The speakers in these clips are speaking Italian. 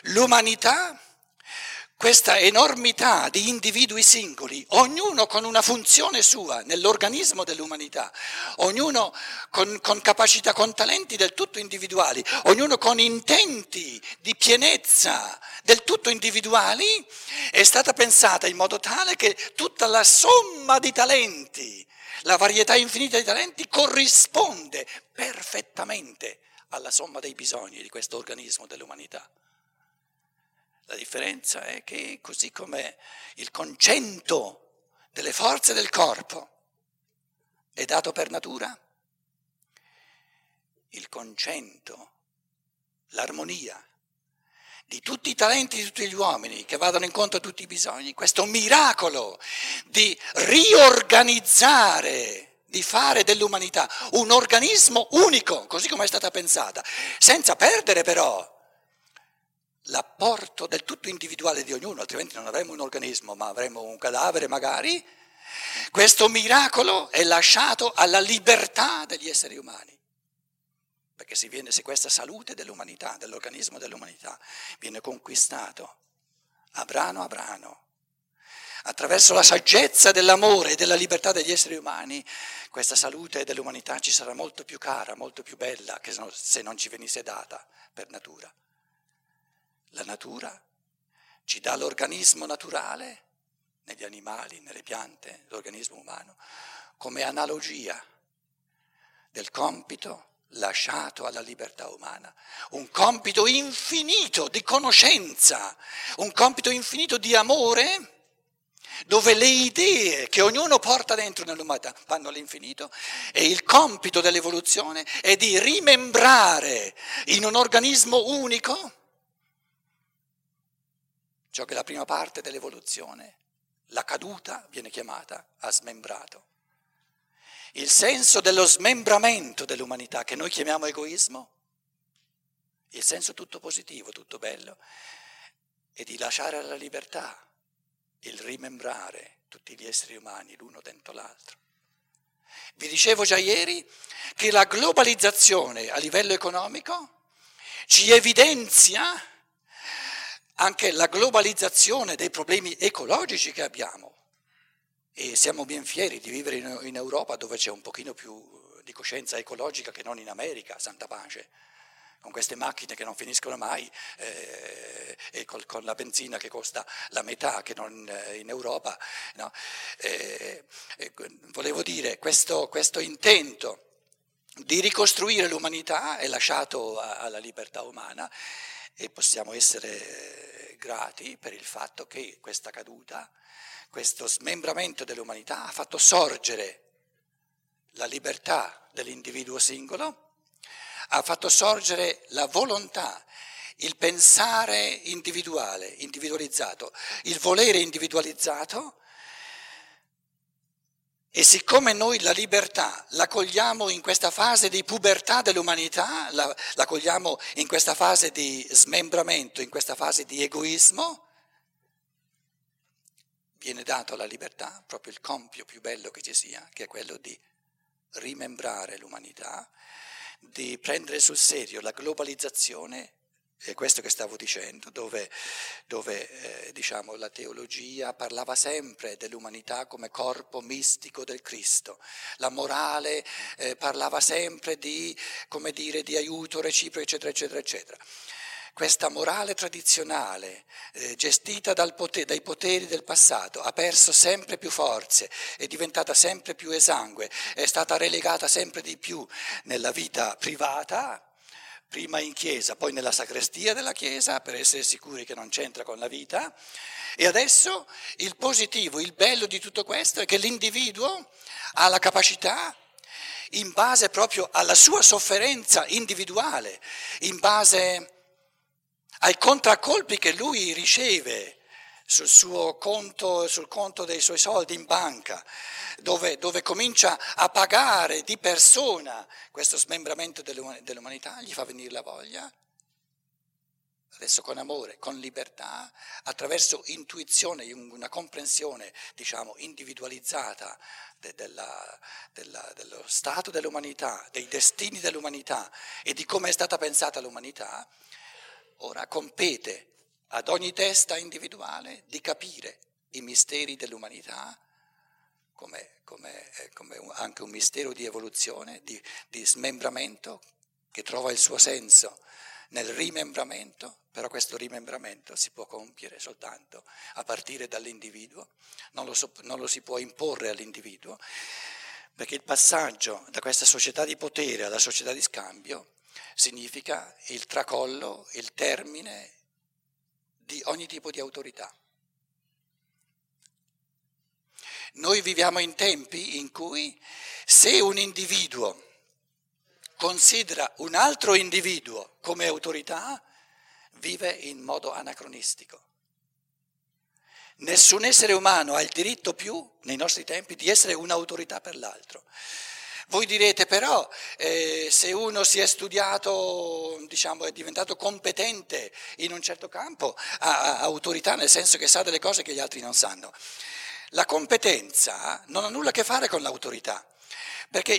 L'umanità, questa enormità di individui singoli, ognuno con una funzione sua nell'organismo dell'umanità, ognuno con capacità, con talenti del tutto individuali, ognuno con intenti di pienezza del tutto individuali, è stata pensata in modo tale che tutta la somma di talenti, la varietà infinita di talenti corrisponde perfettamente alla somma dei bisogni di questo organismo dell'umanità. La differenza è che così come il concento delle forze del corpo è dato per natura, il concento, l'armonia di tutti i talenti di tutti gli uomini che vadano incontro a tutti i bisogni, questo miracolo di riorganizzare, di fare dell'umanità un organismo unico, così come è stata pensata, senza perdere però l'apporto del tutto individuale di ognuno, altrimenti non avremmo un organismo, ma avremmo un cadavere magari. Questo miracolo è lasciato alla libertà degli esseri umani, perché se questa salute dell'umanità, dell'organismo dell'umanità, viene conquistato a brano, attraverso la saggezza dell'amore e della libertà degli esseri umani, questa salute dell'umanità ci sarà molto più cara, molto più bella che se non ci venisse data per natura. La natura ci dà l'organismo naturale, negli animali, nelle piante, l'organismo umano, come analogia del compito lasciato alla libertà umana, un compito infinito di conoscenza, un compito infinito di amore, dove le idee che ognuno porta dentro nell'umanità vanno all'infinito, e il compito dell'evoluzione è di rimembrare in un organismo unico ciò che la prima parte dell'evoluzione, la caduta, viene chiamata, ha smembrato. Il senso dello smembramento dell'umanità, che noi chiamiamo egoismo, il senso tutto positivo, tutto bello, è di lasciare alla libertà il rimembrare tutti gli esseri umani l'uno dentro l'altro. Vi dicevo già ieri che la globalizzazione a livello economico ci evidenzia anche la globalizzazione dei problemi ecologici che abbiamo, e siamo ben fieri di vivere in Europa, dove c'è un pochino più di coscienza ecologica che non in America, santa pace, con queste macchine che non finiscono mai e con la benzina che costa la metà che non in Europa, no? Volevo dire, questo intento di ricostruire l'umanità è lasciato alla libertà umana, e possiamo essere grati per il fatto che questa caduta, questo smembramento dell'umanità ha fatto sorgere la libertà dell'individuo singolo, ha fatto sorgere la volontà, il pensare individuale, individualizzato, il volere individualizzato. E siccome noi la libertà la cogliamo in questa fase di pubertà dell'umanità, la cogliamo in questa fase di smembramento, in questa fase di egoismo, viene dato alla libertà proprio il compito più bello che ci sia, che è quello di rimembrare l'umanità, di prendere sul serio la globalizzazione. È questo che stavo dicendo, dove diciamo, la teologia parlava sempre dell'umanità come corpo mistico del Cristo, la morale parlava sempre di aiuto reciproco, eccetera, eccetera, eccetera. Questa morale tradizionale, gestita dai poteri del passato, ha perso sempre più forze, è diventata sempre più esangue, è stata relegata sempre di più nella vita privata, prima in chiesa, poi nella sacrestia della chiesa, per essere sicuri che non c'entra con la vita. E adesso il positivo, il bello di tutto questo è che l'individuo ha la capacità, in base proprio alla sua sofferenza individuale, in base ai contraccolpi che lui riceve sul suo conto, sul conto dei suoi soldi in banca, dove comincia a pagare di persona questo smembramento dell'umanità, gli fa venire la voglia, adesso con amore, con libertà, attraverso intuizione, una comprensione, diciamo, individualizzata dello stato dell'umanità, dei destini dell'umanità e di come è stata pensata l'umanità. Ora compete ad ogni testa individuale di capire i misteri dell'umanità, come anche un mistero di evoluzione, di smembramento, che trova il suo senso nel rimembramento, però questo rimembramento si può compiere soltanto a partire dall'individuo, non lo si può imporre all'individuo, perché il passaggio da questa società di potere alla società di scambio significa il tracollo, il termine di ogni tipo di autorità. Noi viviamo in tempi in cui se un individuo considera un altro individuo come autorità, vive in modo anacronistico. Nessun essere umano ha il diritto più, nei nostri tempi, di essere un'autorità per l'altro. Voi direte però, se uno si è studiato, è diventato competente in un certo campo, ha autorità nel senso che sa delle cose che gli altri non sanno. La competenza non ha nulla a che fare con l'autorità, perché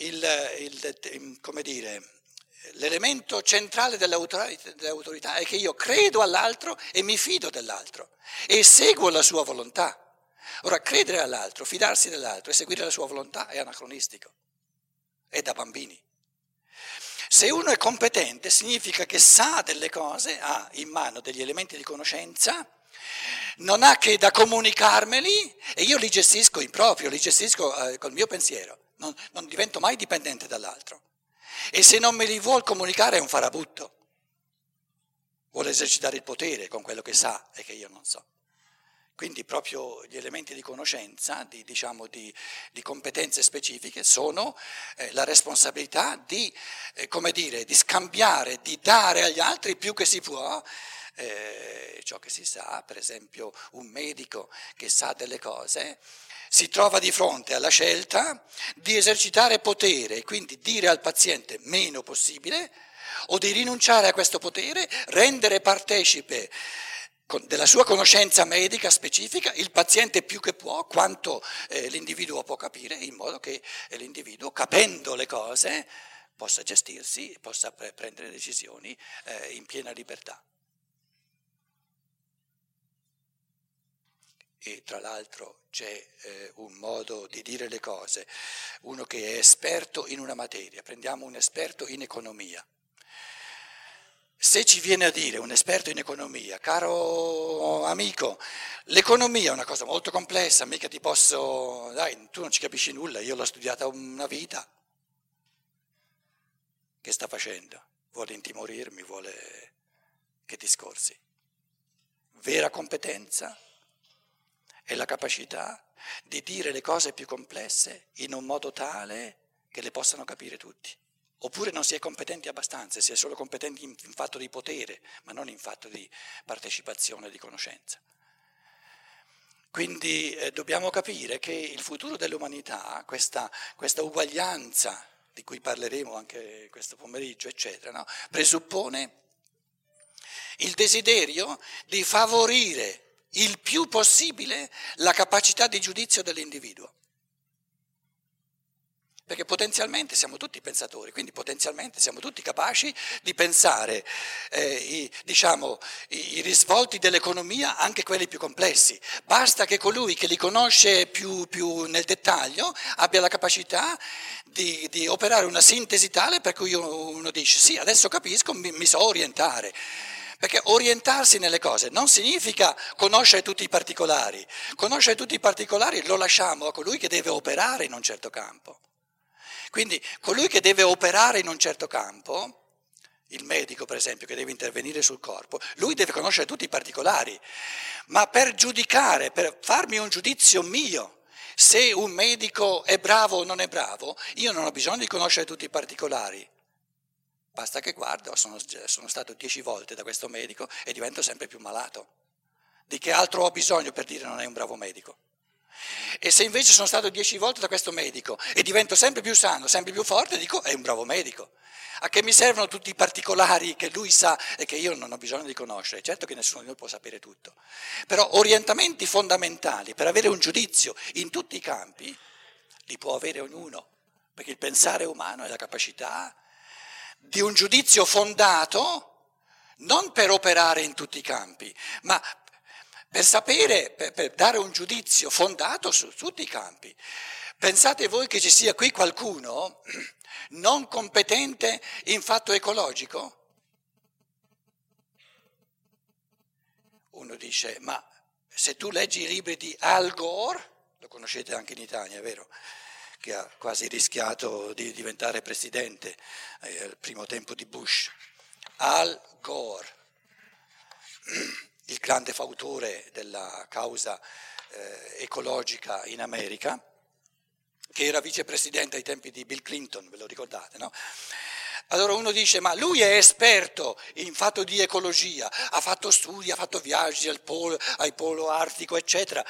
l'elemento centrale dell'autorità è che io credo all'altro e mi fido dell'altro e seguo la sua volontà. Ora, credere all'altro, fidarsi dell'altro e seguire la sua volontà è anacronistico, è da bambini. Se uno è competente significa che sa delle cose, ha in mano degli elementi di conoscenza, non ha che da comunicarmeli e io li gestisco in proprio, li gestisco col mio pensiero, non divento mai dipendente dall'altro. E se non me li vuol comunicare è un farabutto, vuole esercitare il potere con quello che sa e che io non so. Quindi proprio gli elementi di conoscenza, di competenze specifiche sono la responsabilità di scambiare, di dare agli altri più che si può ciò che si sa. Per esempio un medico che sa delle cose si trova di fronte alla scelta di esercitare potere e quindi dire al paziente meno possibile o di rinunciare a questo potere, rendere partecipe della sua conoscenza medica specifica il paziente più che può, quanto l'individuo può capire, in modo che l'individuo, capendo le cose, possa gestirsi, possa prendere decisioni in piena libertà. E tra l'altro c'è un modo di dire le cose, uno che è esperto in una materia, prendiamo un esperto in economia. Se ci viene a dire un esperto in economia, caro amico, l'economia è una cosa molto complessa, mica ti posso, dai, tu non ci capisci nulla, io l'ho studiata una vita. Che sta facendo? Vuole intimorirmi, vuole che discorsi. Vera competenza è la capacità di dire le cose più complesse in un modo tale che le possano capire tutti. Oppure non si è competenti abbastanza, si è solo competenti in fatto di potere, ma non in fatto di partecipazione, di conoscenza. Quindi dobbiamo capire che il futuro dell'umanità, questa uguaglianza di cui parleremo anche questo pomeriggio, eccetera, no? Presuppone il desiderio di favorire il più possibile la capacità di giudizio dell'individuo. Perché potenzialmente siamo tutti pensatori, quindi potenzialmente siamo tutti capaci di pensare i risvolti dell'economia, anche quelli più complessi. Basta che colui che li conosce più nel dettaglio abbia la capacità di operare una sintesi tale per cui uno dice sì, adesso capisco, mi so orientare. Perché orientarsi nelle cose non significa conoscere tutti i particolari. Conoscere tutti i particolari lo lasciamo a colui che deve operare in un certo campo. Quindi colui che deve operare in un certo campo, il medico per esempio che deve intervenire sul corpo, lui deve conoscere tutti i particolari, ma per giudicare, per farmi un giudizio mio, se un medico è bravo o non è bravo, io non ho bisogno di conoscere tutti i particolari. Basta che guardo, sono stato 10 volte da questo medico e divento sempre più malato. Di che altro ho bisogno per dire non è un bravo medico? E se invece sono stato 10 volte da questo medico e divento sempre più sano, sempre più forte, dico è un bravo medico. A che mi servono tutti i particolari che lui sa e che io non ho bisogno di conoscere? Certo che nessuno di noi può sapere tutto, però orientamenti fondamentali per avere un giudizio in tutti i campi li può avere ognuno, perché il pensare umano è la capacità di un giudizio fondato non per operare in tutti i campi, ma per sapere, per dare un giudizio fondato su tutti i campi. Pensate voi che ci sia qui qualcuno non competente in fatto ecologico? Uno dice, ma se tu leggi i libri di Al Gore, lo conoscete anche in Italia, è vero? Che ha quasi rischiato di diventare presidente al primo tempo di Bush. Al Gore, il grande fautore della causa ecologica in America, che era vicepresidente ai tempi di Bill Clinton, ve lo ricordate, no? Allora uno dice, ma lui è esperto in fatto di ecologia, ha fatto studi, ha fatto viaggi al polo artico, eccetera.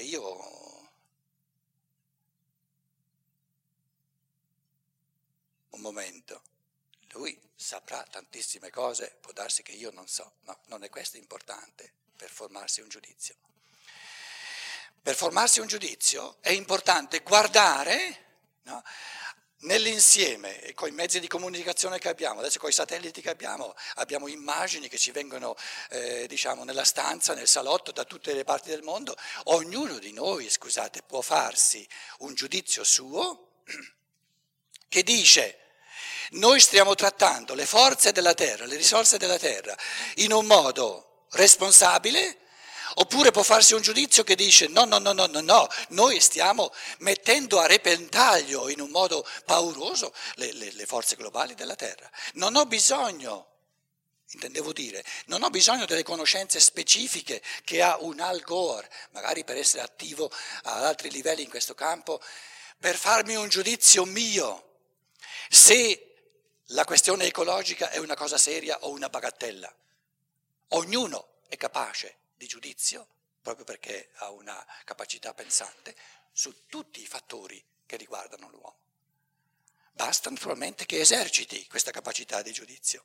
Un momento, lui saprà tantissime cose, può darsi che io non so, no, non è questo importante per formarsi un giudizio. Per formarsi un giudizio è importante guardare, no, nell'insieme e con i mezzi di comunicazione che abbiamo, adesso con i satelliti che abbiamo immagini che ci vengono diciamo nella stanza, nel salotto, da tutte le parti del mondo. Ognuno di noi, scusate, può farsi un giudizio suo che dice: noi stiamo trattando le forze della terra, le risorse della terra in un modo responsabile, oppure può farsi un giudizio che dice no, noi stiamo mettendo a repentaglio in un modo pauroso le forze globali della terra. Non ho bisogno, intendevo dire, non ho bisogno delle conoscenze specifiche che ha un Al Gore, magari per essere attivo ad altri livelli in questo campo, per farmi un giudizio mio se la questione ecologica è una cosa seria o una bagattella. Ognuno è capace di giudizio, proprio perché ha una capacità pensante, su tutti i fattori che riguardano l'uomo. Basta naturalmente che eserciti questa capacità di giudizio.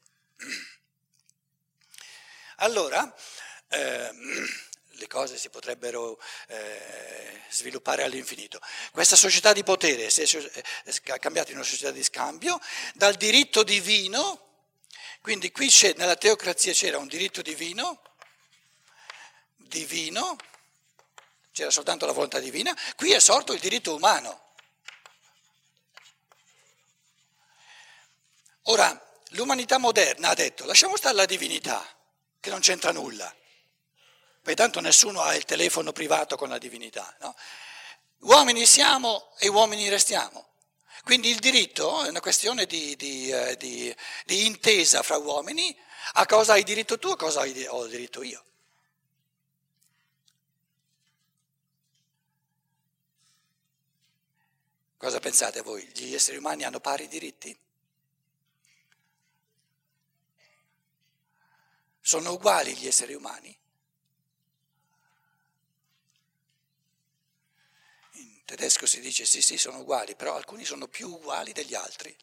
Allora, le cose si potrebbero sviluppare all'infinito. Questa società di potere si è cambiata in una società di scambio dal diritto divino, quindi qui nella teocrazia c'era un diritto divino, c'era soltanto la volontà divina, qui è sorto il diritto umano. Ora, l'umanità moderna ha detto, lasciamo stare la divinità, che non c'entra nulla. Poi tanto nessuno ha il telefono privato con la divinità, no? Uomini siamo e uomini restiamo. Quindi il diritto è una questione di intesa fra uomini. A cosa hai diritto tu, a cosa ho diritto io. Cosa pensate voi? Gli esseri umani hanno pari diritti? Sono uguali gli esseri umani? In tedesco si dice sì, sono uguali, però alcuni sono più uguali degli altri.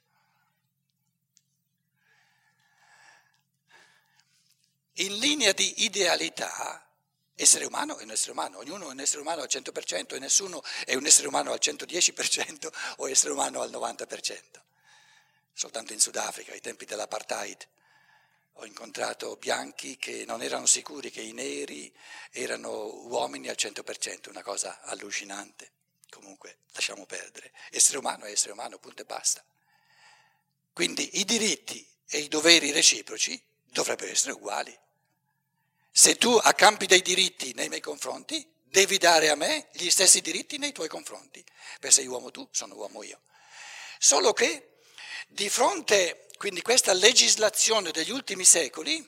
In linea di idealità, essere umano è un essere umano, ognuno è un essere umano al 100% e nessuno è un essere umano al 110% o essere umano al 90%. Soltanto in Sudafrica, ai tempi dell'apartheid, ho incontrato bianchi che non erano sicuri che i neri erano uomini al 100%, una cosa allucinante. Comunque, lasciamo perdere. Essere umano è essere umano, punto e basta. Quindi i diritti e i doveri reciproci dovrebbero essere uguali. Se tu accampi dei diritti nei miei confronti, devi dare a me gli stessi diritti nei tuoi confronti. Per sei uomo tu, sono uomo io. Solo che di fronte, quindi questa legislazione degli ultimi secoli,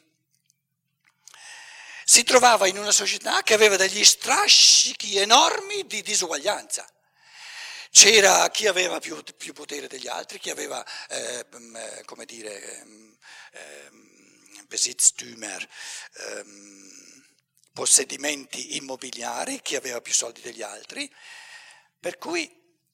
si trovava in una società che aveva degli strascichi enormi di disuguaglianza. C'era chi aveva più potere degli altri, chi aveva, Besitztümer, possedimenti immobiliari, chi aveva più soldi degli altri, per cui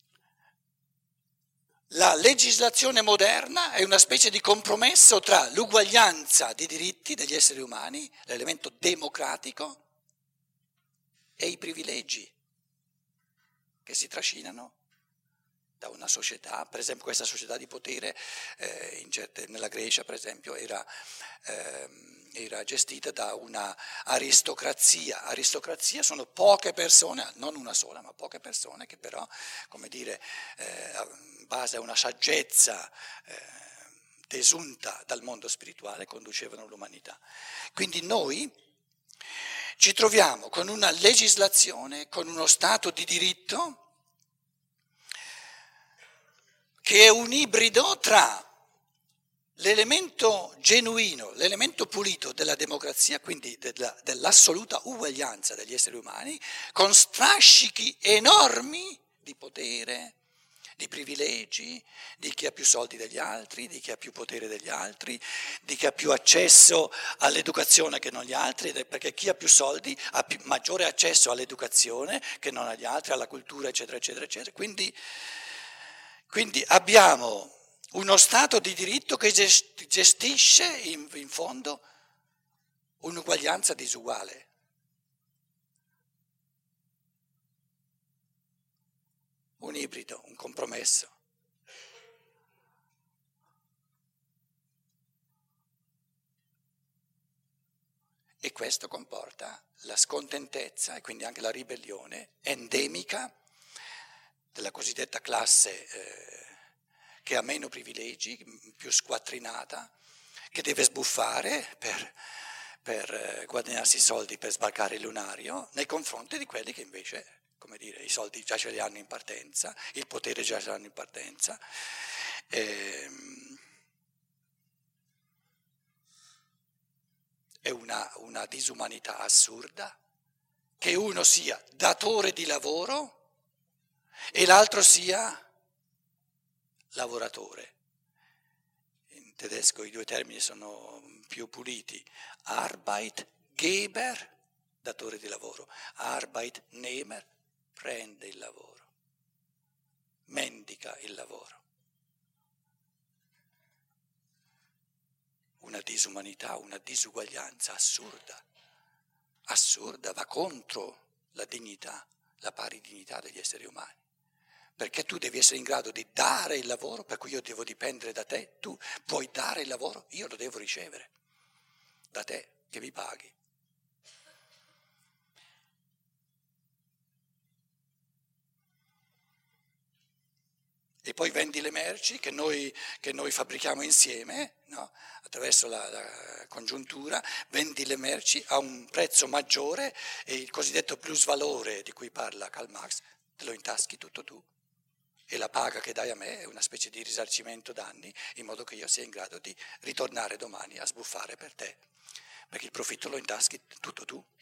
la legislazione moderna è una specie di compromesso tra l'uguaglianza di diritti degli esseri umani, l'elemento democratico, e i privilegi che si trascinano da una società, per esempio questa società di potere nella Grecia per esempio era gestita da una aristocrazia. Aristocrazia sono poche persone, non una sola, ma poche persone che però, come dire, in base a una saggezza desunta dal mondo spirituale conducevano l'umanità. Quindi noi ci troviamo con una legislazione, con uno Stato di diritto che è un ibrido tra l'elemento genuino, l'elemento pulito della democrazia, quindi dell'assoluta uguaglianza degli esseri umani, con strascichi enormi di potere, di privilegi, di chi ha più soldi degli altri, di chi ha più potere degli altri, di chi ha più accesso all'educazione che non gli altri, perché chi ha più soldi ha maggiore accesso all'educazione che non agli altri, alla cultura, eccetera, eccetera, eccetera. Quindi abbiamo uno Stato di diritto che gestisce in fondo un'uguaglianza disuguale. Un ibrido, un compromesso. E questo comporta la scontentezza e quindi anche la ribellione endemica della cosiddetta classe che ha meno privilegi, più squattrinata, che deve sbuffare per guadagnarsi i soldi per sbarcare il lunario, nei confronti di quelli che invece, come dire, i soldi già ce li hanno in partenza, il potere già ce l'hanno in partenza. È una disumanità assurda, che uno sia datore di lavoro e l'altro sia lavoratore. In tedesco i due termini sono più puliti. Arbeitgeber, datore di lavoro. Arbeitnehmer, prende il lavoro, mendica il lavoro. Una disumanità, una disuguaglianza assurda, va contro la dignità, la pari dignità degli esseri umani. Perché tu devi essere in grado di dare il lavoro, per cui io devo dipendere da te, tu puoi dare il lavoro, io lo devo ricevere da te, che mi paghi. E poi vendi le merci che noi fabbrichiamo insieme, no? Attraverso la congiuntura, vendi le merci a un prezzo maggiore e il cosiddetto plusvalore di cui parla Karl Marx te lo intaschi tutto tu. E la paga che dai a me è una specie di risarcimento danni, in modo che io sia in grado di ritornare domani a sbuffare per te, perché il profitto lo intaschi tutto tu.